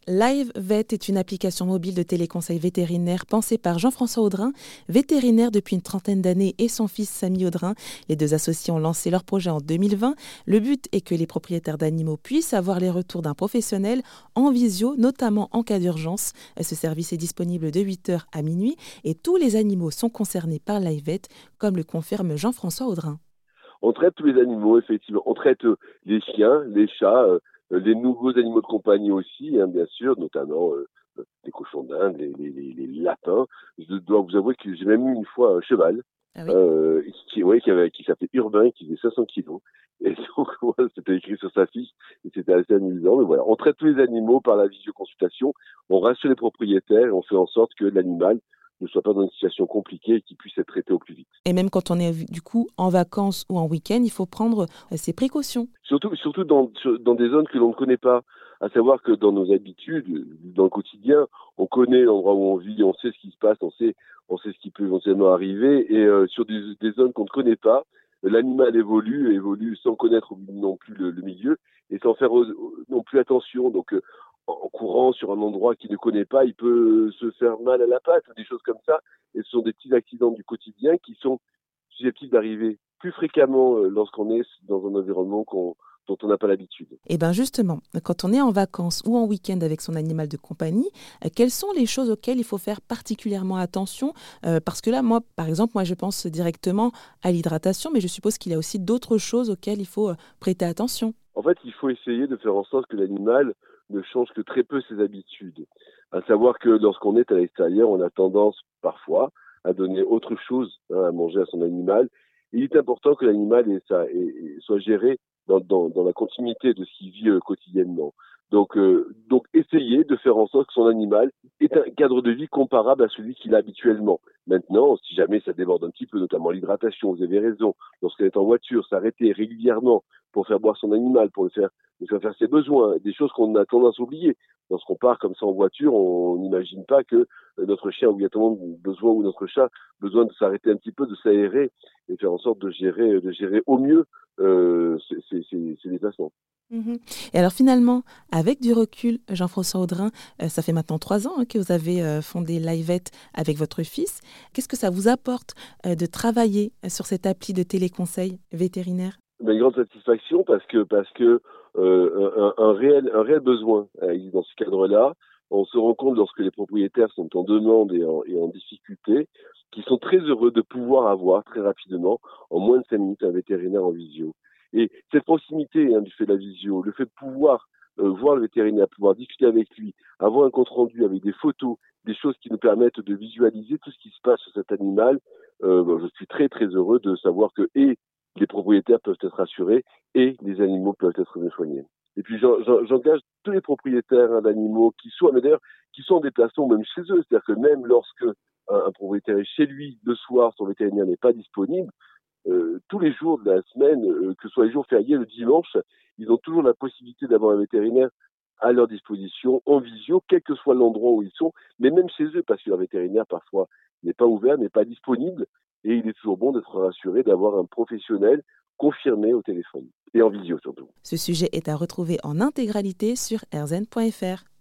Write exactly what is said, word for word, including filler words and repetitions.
LiveVet est une application mobile de téléconseil vétérinaire pensée par Jean-François Audrin, vétérinaire depuis une trentaine d'années, et son fils Samy Audrin. Les deux associés ont lancé leur projet en deux mille vingt. Le but est que les propriétaires d'animaux puissent avoir les retours d'un professionnel en visio, notamment en cas d'urgence. Ce service est disponible de huit heures à minuit et tous les animaux sont concernés par LiveVet, comme le confirme Jean-François Audrin. On traite tous les animaux, effectivement. On traite euh, les chiens, les chats, euh, les nouveaux animaux de compagnie aussi, hein, bien sûr, notamment euh, les cochons d'Inde, les, les, les, les lapins. Je dois vous avouer que j'ai même eu une fois un cheval Ah oui. euh, qui, ouais, qui, avait, qui s'appelait Urbain, qui faisait cinq cents kilos. Et donc, voilà, c'était écrit sur sa fiche et c'était assez amusant. Mais voilà, on traite tous les animaux par la visioconsultation. On rassure les propriétaires et on fait en sorte que l'animal ne soit pas dans une situation compliquée et qu'il puisse être traité au plus vite. Et même quand on est du coup en vacances ou en week-end, il faut prendre ses précautions. Surtout, surtout dans, dans des zones que l'on ne connaît pas. À savoir que dans nos habitudes, dans le quotidien, on connaît l'endroit où on vit, on sait ce qui se passe, on sait, on sait ce qui peut éventuellement arriver. Et euh, sur des, des zones qu'on ne connaît pas, l'animal évolue, évolue sans connaître non plus le, le milieu et sans faire non plus attention. Donc, euh, en courant sur un endroit qu'il ne connaît pas, il peut se faire mal à la patte ou des choses comme ça. Et ce sont des petits accidents du quotidien qui sont susceptibles d'arriver plus fréquemment lorsqu'on est dans un environnement qu'on, dont on n'a pas l'habitude. Et bien justement, quand on est en vacances ou en week-end avec son animal de compagnie, euh, quelles sont les choses auxquelles il faut faire particulièrement attention euh, Parce que là, moi, par exemple, moi, je pense directement à l'hydratation, mais je suppose qu'il y a aussi d'autres choses auxquelles il faut euh, prêter attention. En fait, il faut essayer de faire en sorte que l'animal ne change que très peu ses habitudes. À savoir que lorsqu'on est à l'extérieur, on a tendance parfois à donner autre chose hein, à manger à son animal. Il est important que l'animal ait ça, ait, ait, soit géré dans, dans, dans la continuité de ce qu'il vit euh, quotidiennement. Donc, euh, donc, essayer de faire en sorte que son animal ait un cadre de vie comparable à celui qu'il a habituellement. Maintenant, si jamais ça déborde un petit peu, notamment l'hydratation, vous avez raison, lorsqu'elle est en voiture, s'arrêter régulièrement pour faire boire son animal, pour le faire, le faire faire ses besoins, des choses qu'on a tendance à oublier. Lorsqu'on part comme ça en voiture, on n'imagine pas que notre chien a obligatoirement besoin, ou notre chat, besoin de s'arrêter un petit peu, de s'aérer et faire en sorte de gérer, de gérer au mieux euh, ces, ces, ces, ces déplacements. Mmh. Et alors finalement, avec du recul, Jean-François Audrin, euh, ça fait maintenant trois ans hein, que vous avez euh, fondé LiveVet avec votre fils. Qu'est-ce que ça vous apporte euh, de travailler sur cette appli de téléconseil vétérinaire ? Une grande satisfaction parce que parce que euh, un, un réel un réel besoin existe dans ce cadre-là. On se rend compte lorsque les propriétaires sont en demande et en, et en difficulté, qu'ils sont très heureux de pouvoir avoir très rapidement, en moins de cinq minutes, un vétérinaire en visio. Et cette proximité hein, du fait de la visio, le fait de pouvoir euh, voir le vétérinaire, pouvoir discuter avec lui, avoir un compte rendu avec des photos, des choses qui nous permettent de visualiser tout ce qui se passe sur cet animal, euh, bon, je suis très très heureux de savoir que et les propriétaires peuvent être assurés et les animaux peuvent être bien soignés. Et puis j'engage tous les propriétaires hein, d'animaux qui soient, mais d'ailleurs qui sont en déplacement même chez eux, c'est-à-dire que même lorsque un, un propriétaire est chez lui le soir, son vétérinaire n'est pas disponible, euh, tous les jours de la semaine, euh, que ce soit les jours fériés, le dimanche, ils ont toujours la possibilité d'avoir un vétérinaire à leur disposition, en visio, quel que soit l'endroit où ils sont, mais même chez eux, parce que leur vétérinaire parfois n'est pas ouvert, n'est pas disponible, et il est toujours bon d'être rassuré, d'avoir un professionnel confirmé au téléphone, et en visio surtout. Ce sujet est à retrouver en intégralité sur r zen point f r.